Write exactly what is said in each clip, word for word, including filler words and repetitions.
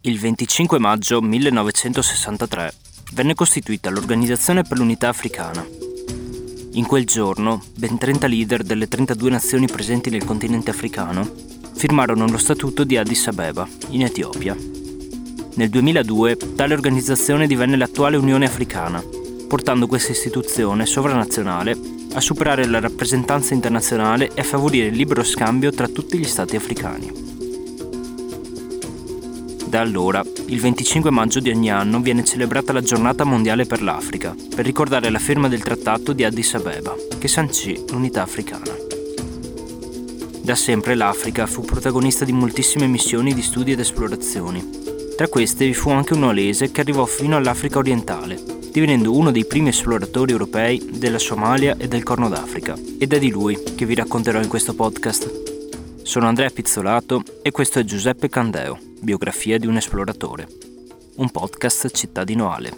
Il venticinque maggio millenovecentosessantatré venne costituita l'Organizzazione per l'Unità Africana. In quel giorno, ben trenta leader delle trentadue nazioni presenti nel continente africano firmarono lo Statuto di Addis Abeba, in Etiopia. Nel duemiladue tale organizzazione divenne l'attuale Unione Africana, portando questa istituzione sovranazionale a superare la rappresentanza internazionale e a favorire il libero scambio tra tutti gli stati africani. Da allora, il venticinque maggio di ogni anno viene celebrata la Giornata Mondiale per l'Africa, per ricordare la firma del Trattato di Addis Abeba, che sancì l'unità africana. Da sempre l'Africa fu protagonista di moltissime missioni di studi ed esplorazioni. Tra queste vi fu anche un oalese che arrivò fino all'Africa orientale, divenendo uno dei primi esploratori europei della Somalia e del Corno d'Africa. Ed è di lui che vi racconterò in questo podcast. Sono Andrea Pizzolato e questo è Giuseppe Candeo, biografia di un esploratore, un podcast cittadinoale.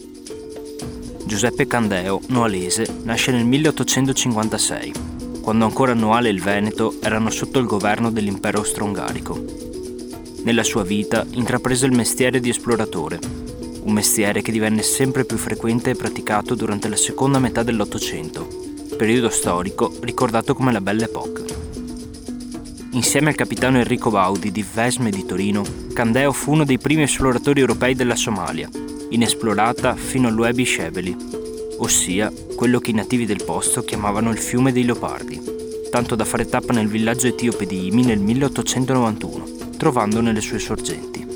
Giuseppe Candeo, noalese, nasce nel milleottocentocinquantasei, quando ancora Noale e il Veneto erano sotto il governo dell'impero austro-ungarico. Nella sua vita intraprese il mestiere di esploratore, un mestiere che divenne sempre più frequente e praticato durante la seconda metà dell'Ottocento, periodo storico ricordato come la Belle Époque. Insieme al capitano Enrico Baudi di Vesme di Torino, Candeo fu uno dei primi esploratori europei della Somalia, inesplorata fino all'Uebi Scebeli, ossia quello che i nativi del posto chiamavano il fiume dei leopardi, tanto da fare tappa nel villaggio etiope di Imi nel milleottocentonovantuno, trovandone le sue sorgenti.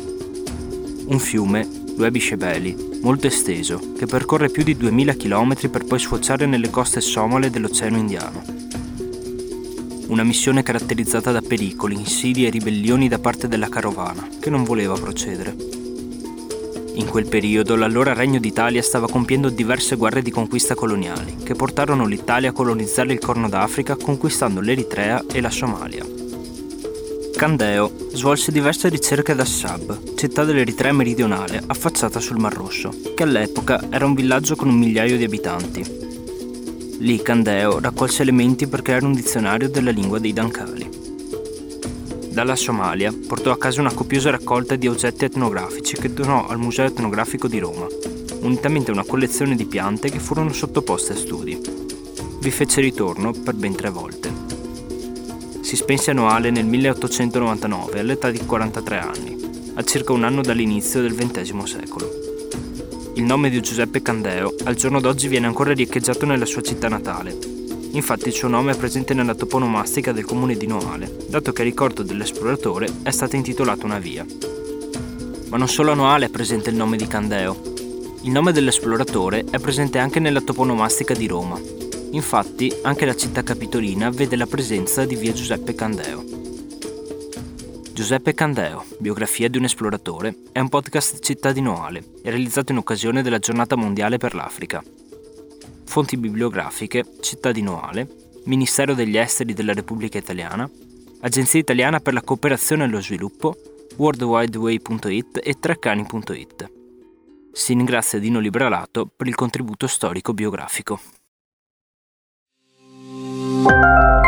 Un fiume, l'Uebi Scebeli, molto esteso, che percorre più di duemila chilometri per poi sfociare nelle coste somale dell'Oceano Indiano. Una missione caratterizzata da pericoli, insidie e ribellioni da parte della carovana, che non voleva procedere. In quel periodo l'allora Regno d'Italia stava compiendo diverse guerre di conquista coloniali, che portarono l'Italia a colonizzare il Corno d'Africa conquistando l'Eritrea e la Somalia. Candeo svolse diverse ricerche ad Assab, città dell'Eritrea meridionale affacciata sul Mar Rosso, che all'epoca era un villaggio con un migliaio di abitanti. Lì Candeo raccolse elementi per creare un dizionario della lingua dei Dankali. Dalla Somalia portò a casa una copiosa raccolta di oggetti etnografici che donò al Museo Etnografico di Roma, unitamente a una collezione di piante che furono sottoposte a studi. Vi fece ritorno per ben tre volte. Si spense a Noale nel milleottocentonovantanove all'età di quarantatré anni, a circa un anno dall'inizio del ventesimo secolo. Il nome di Giuseppe Candeo al giorno d'oggi viene ancora riecheggiato nella sua città natale. Infatti il suo nome è presente nella toponomastica del comune di Noale, dato che a ricordo dell'esploratore è stata intitolata una via. Ma non solo a Noale è presente il nome di Candeo. Il nome dell'esploratore è presente anche nella toponomastica di Roma. Infatti anche la città capitolina vede la presenza di via Giuseppe Candeo. Giuseppe Candeo, biografia di un esploratore, è un podcast cittadinoale realizzato in occasione della Giornata Mondiale per l'Africa. Fonti bibliografiche, Cittadinoale, Ministero degli Esteri della Repubblica Italiana, Agenzia Italiana per la Cooperazione e lo Sviluppo, worldwideway punto it e treccani punto it. Si ringrazia Dino Libralato per il contributo storico biografico.